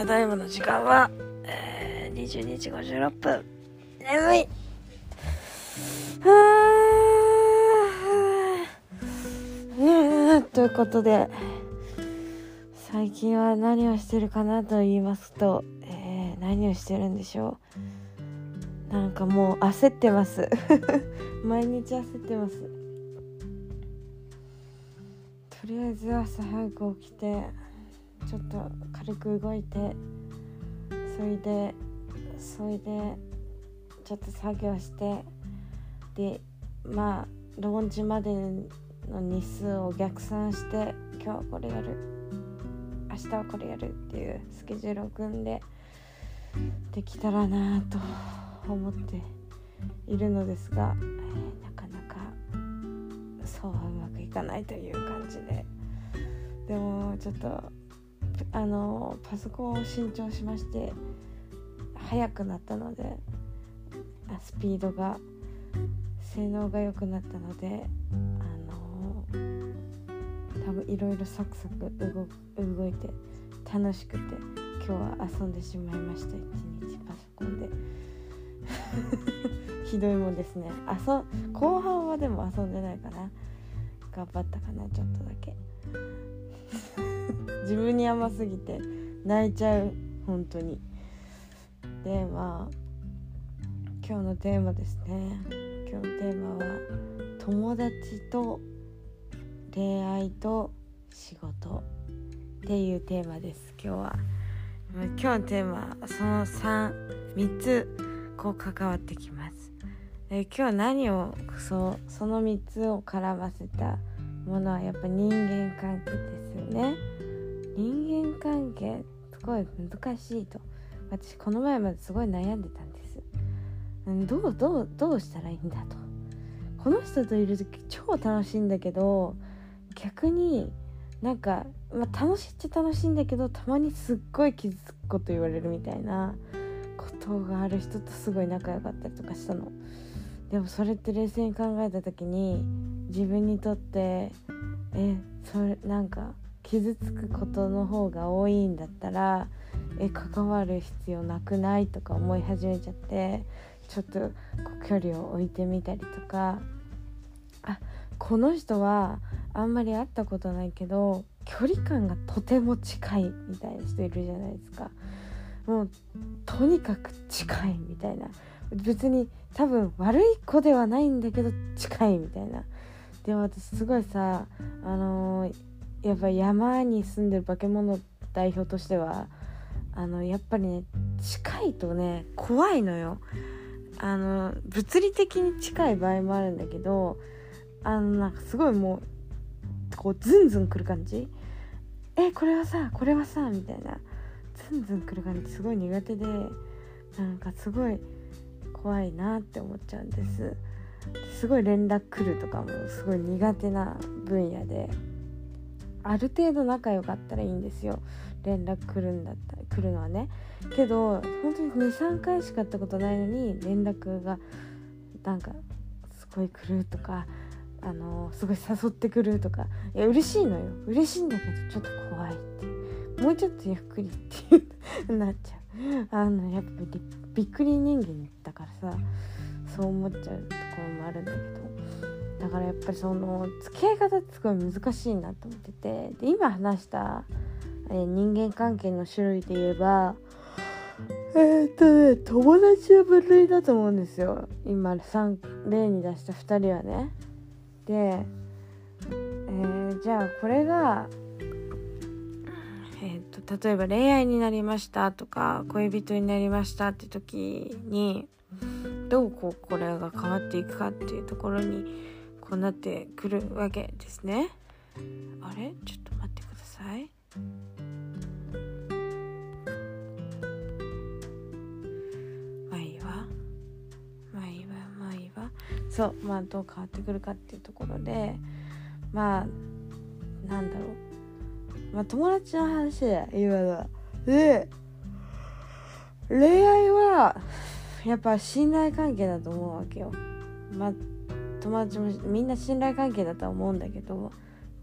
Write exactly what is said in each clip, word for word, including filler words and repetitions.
だいまの時間は、えー、にじゅうにじごじゅうろっぷん。眠い。はということで、最近は何をしてるかなと言いますと、えー、何をしてるんでしょう。なんかもう焦ってます毎日焦ってます。とりあえず朝早く起きてちょっと軽く動いて、それでそれでちょっと作業して、でまあローンチまでの日数を逆算して、今日はこれやる、明日はこれやるっていうスケジュールを組んでできたらなと思っているのですが、えー、なかなかそうはうまくいかないという感じで、でもちょっとあのパソコンを新調しまして、速くなったので、スピードが性能が良くなったので、あの多分いろいろサクサク動動いて楽しくて、今日は遊んでしまいました。一日パソコンでひどいもんですね。遊後半はでも遊んでないかな。頑張ったかな、ちょっとだけ自分に甘すぎて泣いちゃう、本当に。で、まあ今日のテーマですね。今日のテーマは友達と恋愛と仕事っていうテーマです。今日は今日のテーマはそのさん、みっつこう関わってきます。で、今日何をそうそのみっつを絡ませたものはやっぱ人間関係ですよね。人間関係すごい難しいと、私この前まですごい悩んでたんです。どうどうどうしたらいいんだと。この人といる時超楽しいんだけど、逆になんか、まあ、楽しいっちゃ楽しいんだけど、たまにすっごい傷つくこと言われるみたいなことがある人とすごい仲良かったりとかしたの。でもそれって冷静に考えた時に、自分にとってえそれなんか傷つくことの方が多いんだったら、え関わる必要なくないとか思い始めちゃって、ちょっとこう距離を置いてみたりとか、あこの人はあんまり会ったことないけど距離感がとても近いみたいな人いるじゃないですか。もうとにかく近いみたいな、別に多分悪い子ではないんだけど近いみたいな。でも私すごいさ、あのー、やっぱ山に住んでる化け物代表としては、あのやっぱりね、近いとね怖いのよ。あの物理的に近い場合もあるんだけど、あのなんかすごいもうこうズンズンくる感じ、えこれはさこれはさみたいなズンズンくる感じすごい苦手で、なんかすごい怖いなって思っちゃうんです。すごい連絡来るとかもすごい苦手な分野で、ある程度仲良かったらいいんですよ、連絡来るんだったら来るのはね。けど本当に にさんかいしか会ったことないのに連絡がなんかすごい来るとか、あのすごい誘ってくるとか、いや嬉しいのよ、嬉しいんだけどちょっと怖いっていう、もうちょっとゆっくりっていうなっちゃう。あのやっぱりびっくり人間だからさ、そう思っちゃうところもあるんだけど、だからやっぱりその付き合い方ってすごい難しいなと思ってて、で今話した、えー、人間関係の種類で言えば、えーっとね友達の分類だと思うんですよ。今さん例に出したふたりはね。で、えー、じゃあこれが、えー、と例えば恋愛になりましたとか恋人になりましたって時にどうこうこれが変わっていくかっていうところにこうなってくるわけですね。あれちょっと待ってください。まあいいわまあいいわまあいいわそうまあどう変わってくるかっていうところで、まあなんだろう、まあ友達の話で今のはで、恋愛はやっぱ信頼関係だと思うわけよ。まあ友達もみんな信頼関係だとは思うんだけど、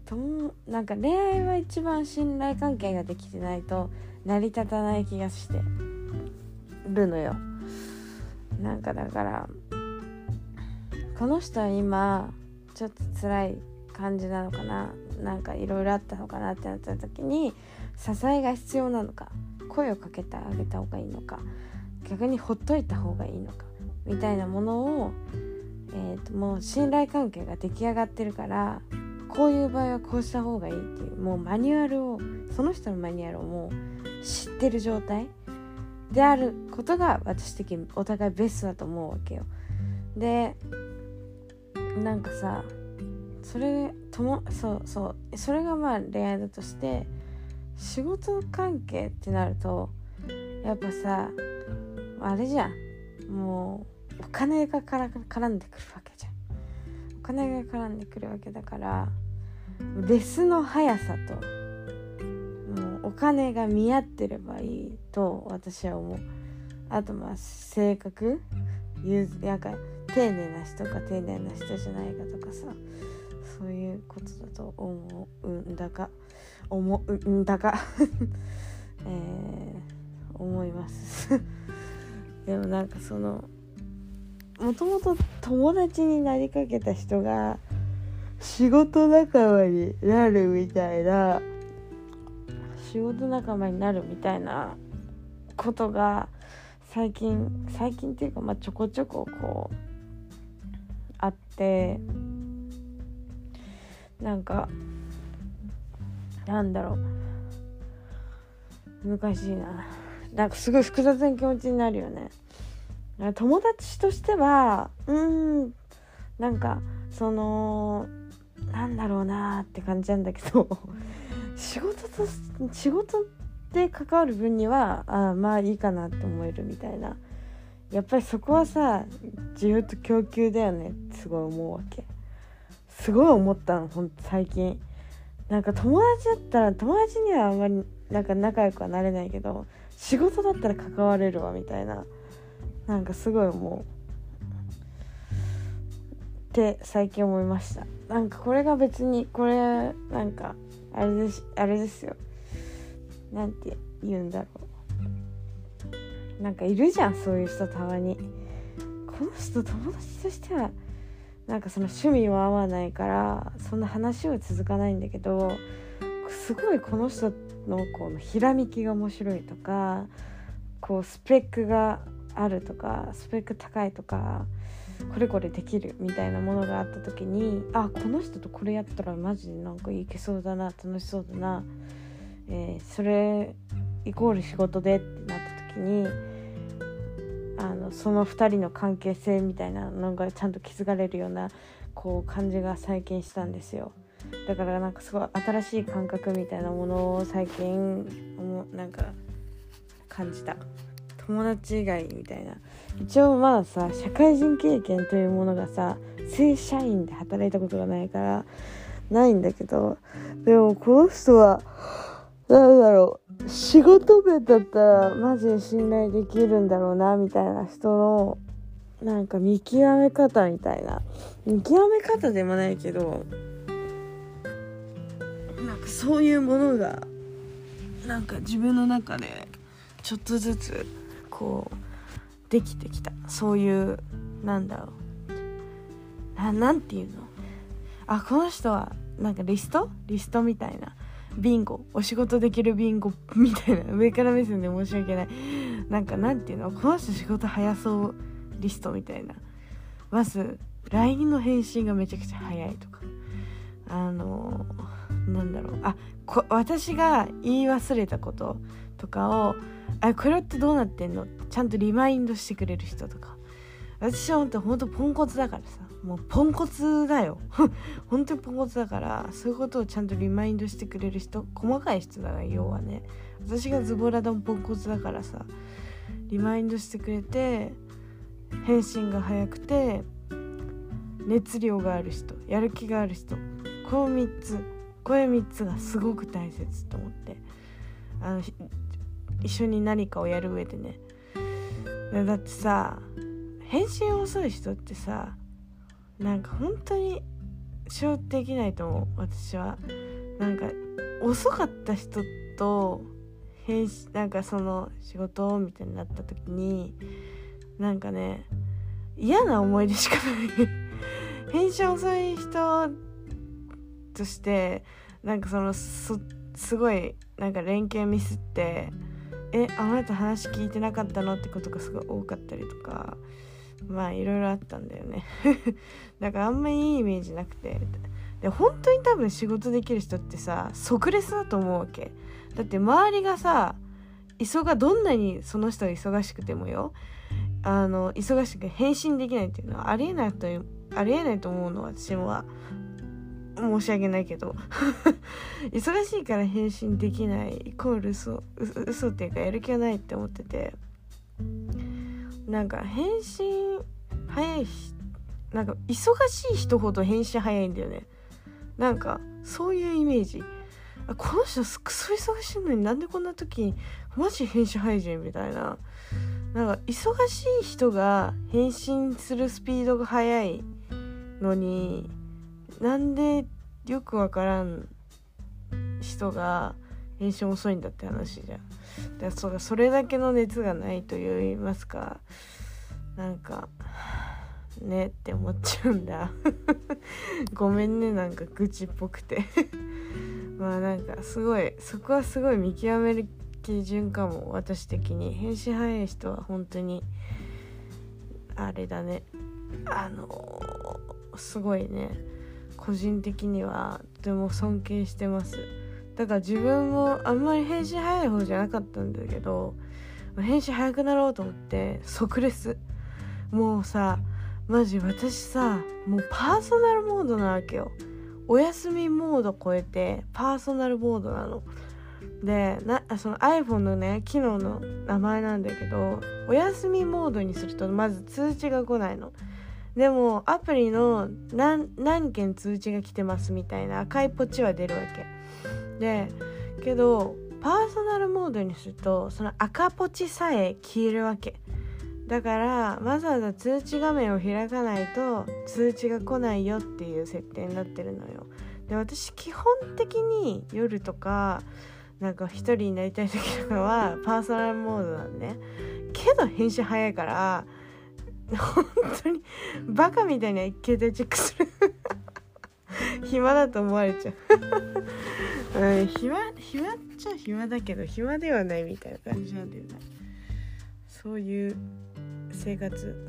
ともなんか恋愛は一番信頼関係ができてないと成り立たない気がしてるのよ。なんかだからこの人は今ちょっと辛い感じなのかな、なんかいろいろあったのかなってなった時に支えが必要なのか、声をかけてあげた方がいいのか、逆にほっといた方がいいのかみたいなものを、えーと、もう信頼関係が出来上がってるから、こういう場合はこうした方がいいっていうもうマニュアルを、その人のマニュアルをもう知ってる状態であることが私的にお互いベストだと思うわけよ。でなんかさ、それともそうそうそれがまあ恋愛だとして、仕事関係ってなるとやっぱさあれじゃん、もうお金がから絡んでくるわけじゃん。お金が絡んでくるわけだから、レスの速さともうお金が見合ってればいいと私は思う。あとまあ性格、なんか丁寧な人か丁寧な人じゃないかとかさ、そういうことだと思うんだか思うんだか、えー、思いますでもなんかそのもともと友達になりかけた人が仕事仲間になるみたいな仕事仲間になるみたいなことが最近最近っていうかまあちょこちょここうあって、なんかなんだろう難しいな、なんかすごい複雑な気持ちになるよね。友達としてはうーんなんかそのなんだろうなって感じなんだけど仕事と仕事で関わる分にはあまあいいかなって思えるみたいな、やっぱりそこはさ需要と供給だよねってすごい思うわけ。すごい思ったのほんと最近。なんか友達だったら友達にはあんまりなんか仲良くはなれないけど、仕事だったら関われるわみたいな、なんかすごい思うって最近思いました。なんかこれが別にこれなんかあれですあれですよ、なんて言うんだろう、なんかいるじゃんそういう人たまに。この人友達としてはなんかその趣味も合わないからそんな話は続かないんだけど、すごいこの人のこのひらめきが面白いとか、こうスペックがあるとかスペック高いとかこれこれできるみたいなものがあった時に、あこの人とこれやったらマジでなんかいけそうだな、楽しそうだな、えー、それイコール仕事でってなった時にあのそのふたりの関係性みたいなのがちゃんと築かれるようなこう感じが最近したんですよ。だからなんかすごい新しい感覚みたいなものを最近なんか感じた。友達以外みたいな、一応まあさ社会人経験というものがさ正社員で働いたことがないからないんだけど、でもこの人はなんだろう、仕事面だったらマジで信頼できるんだろうなみたいな人のなんか見極め方みたいな、見極め方でもないけどなんかそういうものがなんか自分の中でちょっとずつこうできてきた。そういうなんだろう な, なんていうのあこの人はなんかリストリストみたいな、ビンゴ、お仕事できるビンゴみたいな、上から目線で申し訳ない、なんかなんていうのこの人仕事早そうリストみたいな。まず ライン の返信がめちゃくちゃ早いとか、あのなんだろうあこ私が言い忘れたこととかをあこれってどうなってんのちゃんとリマインドしてくれる人とか。私は本当本当ポンコツだからさ、もうポンコツだよ本当にポンコツだから、そういうことをちゃんとリマインドしてくれる人、細かい人だから要はね。私がズボラでもポンコツだからさ、リマインドしてくれて返信が早くて熱量がある人、やる気がある人、このみっつこれみっつがすごく大切と思って、あの一緒に何かをやる上でね。だってさ返信遅い人ってさなんか本当に信用できないと思う。私はなんか遅かった人と返信なんかその仕事みたいになった時になんかね嫌な思い出しかない返信遅い人としてなんかそのそすごいなんか連携ミスってえあなた話聞いてなかったのってことがすごい多かったりとかまあいろいろあったんだよねだからあんまりいいイメージなくてで本当に多分仕事できる人ってさ即レスだと思うわけ。だって周りがさ忙どんなにその人が忙しくてもよあの忙しく返信できないっていうのはありえないとありえないと思うの私もは申し訳ないけど忙しいから返信できないイコール嘘嘘っていうかやる気がないって思っててなんか返信早いしなんか忙しい人ほど返信早いんだよね。なんかそういうイメージこの人クソ忙しいのになんでこんな時にマジ返信早いじゃんみたいななんか忙しい人が返信するスピードが速いのになんでよくわからん人が返信遅いんだって話じゃん。だからそれだけの熱がないと言いますかなんかねって思っちゃうんだごめんねなんか愚痴っぽくてまあなんかすごいそこはすごい見極める基準かも。私的に返信早い人は本当にあれだねあのー、すごいね個人的にはとても尊敬してます。だから自分もあんまり返信早い方じゃなかったんだけど返信早くなろうと思って即レスもうさマジ私さもうパーソナルモードなわけよ。お休みモード超えてパーソナルモードなのでなその iPhone のね機能の名前なんだけどお休みモードにするとまず通知が来ないの。でもアプリの 何, 何件通知が来てますみたいな赤いポチは出るわけでけどパーソナルモードにするとその赤ポチさえ消えるわけだからわざわざ通知画面を開かないと通知が来ないよっていう設定になってるのよ。で私基本的に夜とかなんか一人になりたい時とかはパーソナルモードなんねけど返信早いから本当にバカみたいな携帯チェックする暇だと思われちゃう、うん、暇暇っちゃ暇だけど暇ではないみたいな感じなんだよね。そういう生活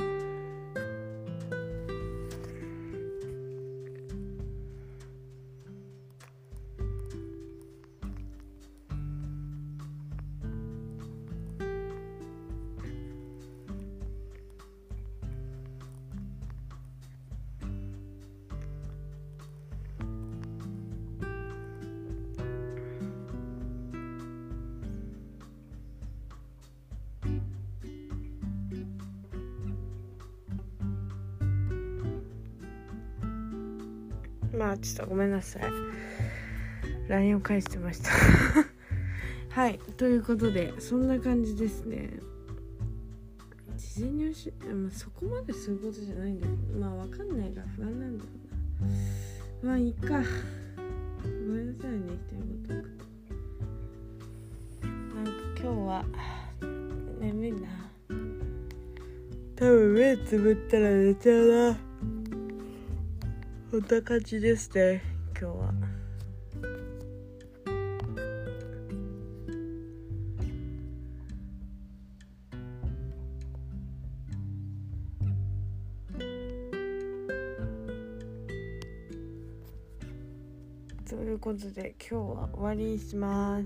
まあちょっとごめんなさい ライン を返してましたはいということでそんな感じですね。事前に教え、まあ、そこまですることじゃないんだけどまあ分かんないが不安なんだよな。まあいいかごめんなさいね一人ごとなんか今日は眠いな多分目つぶったら寝ちゃうな。こんな感じですね今日は。ということで今日は終わりにします。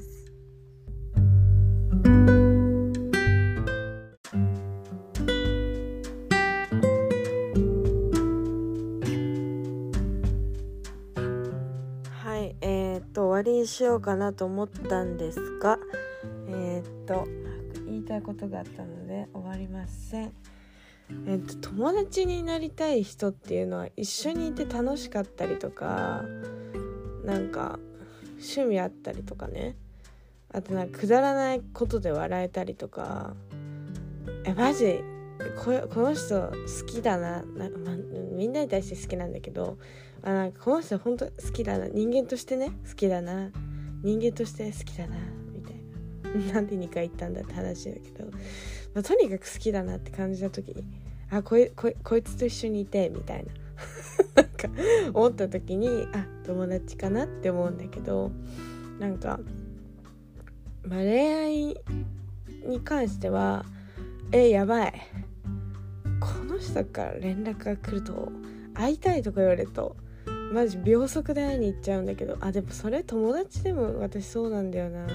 終わりにしようかなと思ったんですがえー、っと言いたいことがあったので終わりません。えー、っと友達になりたい人っていうのは一緒にいて楽しかったりとかなんか趣味あったりとかねあとなんかくだらないことで笑えたりとかえマジこ, この人好きだな、なんか、まあ、みんなに対して好きなんだけど、あなんかこの人本当好きだな、人間としてね好きだな、人間として好きだなみたいななんでにかい言ったんだって話だけど、まあ、とにかく好きだなって感じた時に、あ こ, い こ, こいつと一緒にいてみたいななんか思った時に、あ友達かなって思うんだけど、なんか、まあ、恋愛に関してはえやばい、この人から連絡が来ると会いたいとか言われるとマジ秒速で会いに行っちゃうんだけど、あでもそれ友達でも私そうなんだよな。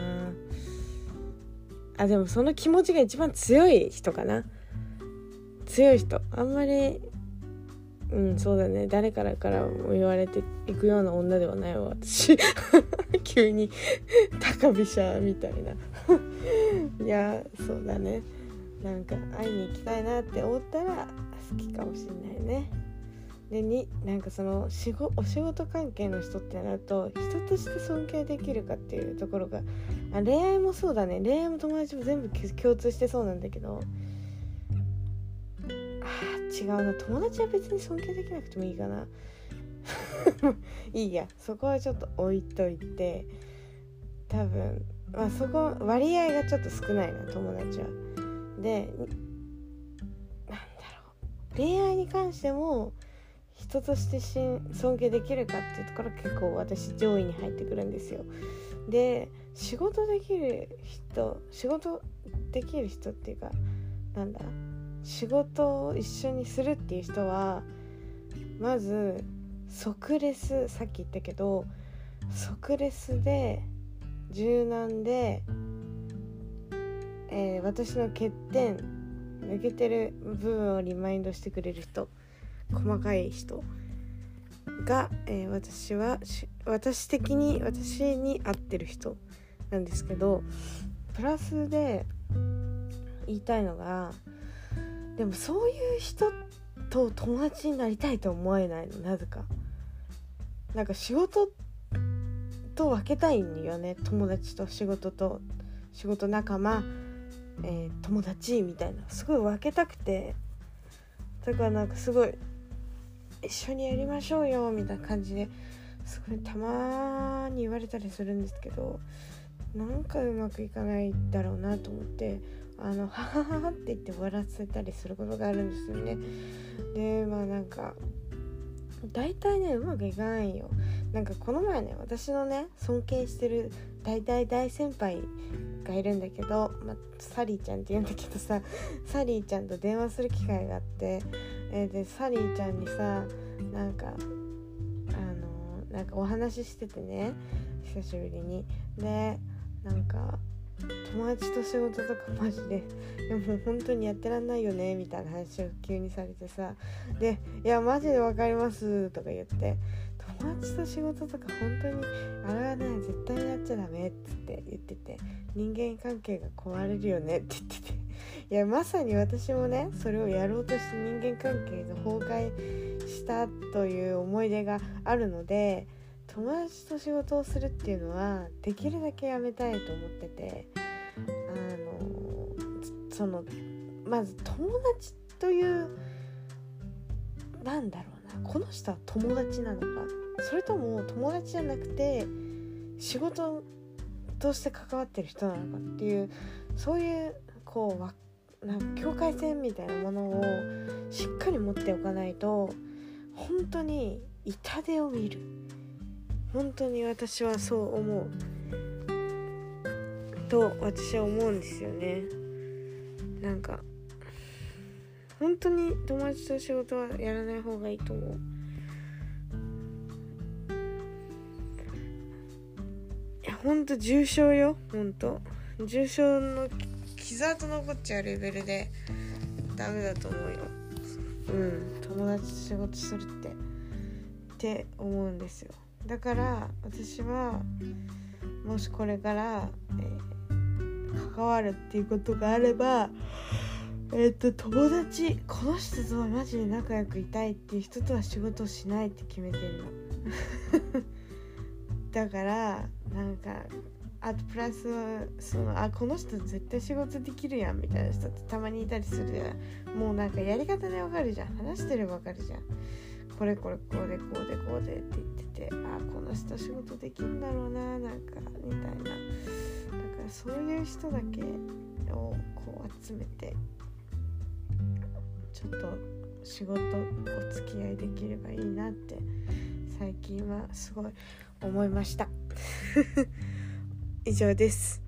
あでもその気持ちが一番強い人かな、強い人。あんまりうんそうだね、誰からからも言われていくような女ではないわ私急に高飛車みたいないやそうだね、なんか会いに行きたいなって思ったら好きかもしれないね。でになんかその仕事お仕事関係の人ってなると、人として尊敬できるかっていうところが、あ恋愛もそうだね、恋愛も友達も全部共通してそうなんだけど、あ違うな、友達は別に尊敬できなくてもいいかないいや、そこはちょっと置いといて、多分まあそこ割合がちょっと少ないな友達は。でなんだろう、恋愛に関しても人として尊敬できるかっていうところ結構私上位に入ってくるんですよ。で仕事できる人仕事できる人っていうか、なんだ仕事を一緒にするっていう人はまず即レス、さっき言ったけど即レスで柔軟で、えー、私の欠点抜けてる部分をリマインドしてくれる人、細かい人が、えー、私は私的に私に合ってる人なんですけど、プラスで言いたいのが、でもそういう人と友達になりたいと思えないの、なぜか。なんか仕事と分けたいんよね、友達と仕事と仕事仲間、えー、友達みたいな、すごい分けたくて、だからなんかすごい一緒にやりましょうよみたいな感じですごいたまに言われたりするんですけど、なんかうまくいかないだろうなと思って、あのははははって言って笑わせたりすることがあるんですよね。でまあなんか大体ねうまくいかないよ。なんかこの前ね、私のね尊敬してる大大大先輩がいるんだけど、まあ、サリーちゃんって言うんだけどさ、サリーちゃんと電話する機会があって、えー、でサリーちゃんにさ、なんかあのー、なんかお話ししててね、久しぶりに。でなんか友達と仕事とかマジでいやもう本当にやってらんないよねみたいな話を急にされてさ、でいやマジでわかりますとか言って、友達と仕事とか本当にあれはね絶対やっちゃダメっつって言ってて、人間関係が壊れるよねって言ってて、いやまさに私もねそれをやろうとして人間関係が崩壊したという思い出があるので、友達と仕事をするっていうのはできるだけやめたいと思ってて、あのそのまず友達というなんだろうな、この人は友達なのか、それとも友達じゃなくて仕事として関わってる人なのかっていう、そういうこうわなんか境界線みたいなものをしっかり持っておかないと本当に痛手を見る。本当に私はそう思うと私は思うんですよね。なんか本当に友達と仕事はやらない方がいいと思う。いや本当重症よ、本当重症の傷跡残っちゃうレベルでダメだと思うよ。うん友達と仕事するってって思うんですよ。だから私はもしこれから、えー、関わるっていうことがあれば、えっと友達、この人とはマジで仲良くいたいっていう人とは仕事をしないって決めてるのだからなんかあとプラスそのあこの人絶対仕事できるやんみたいな人ってたまにいたりするじゃん。もうなんかやり方でわかるじゃん、話してればわかるじゃん。これこれこうでこうでこうでって言ってて、あこの人仕事できるんだろうな、なんかみたいな。だからそういう人だけをこう集めてちょっと仕事お付き合いできればいいなって最近はすごい思いました以上です。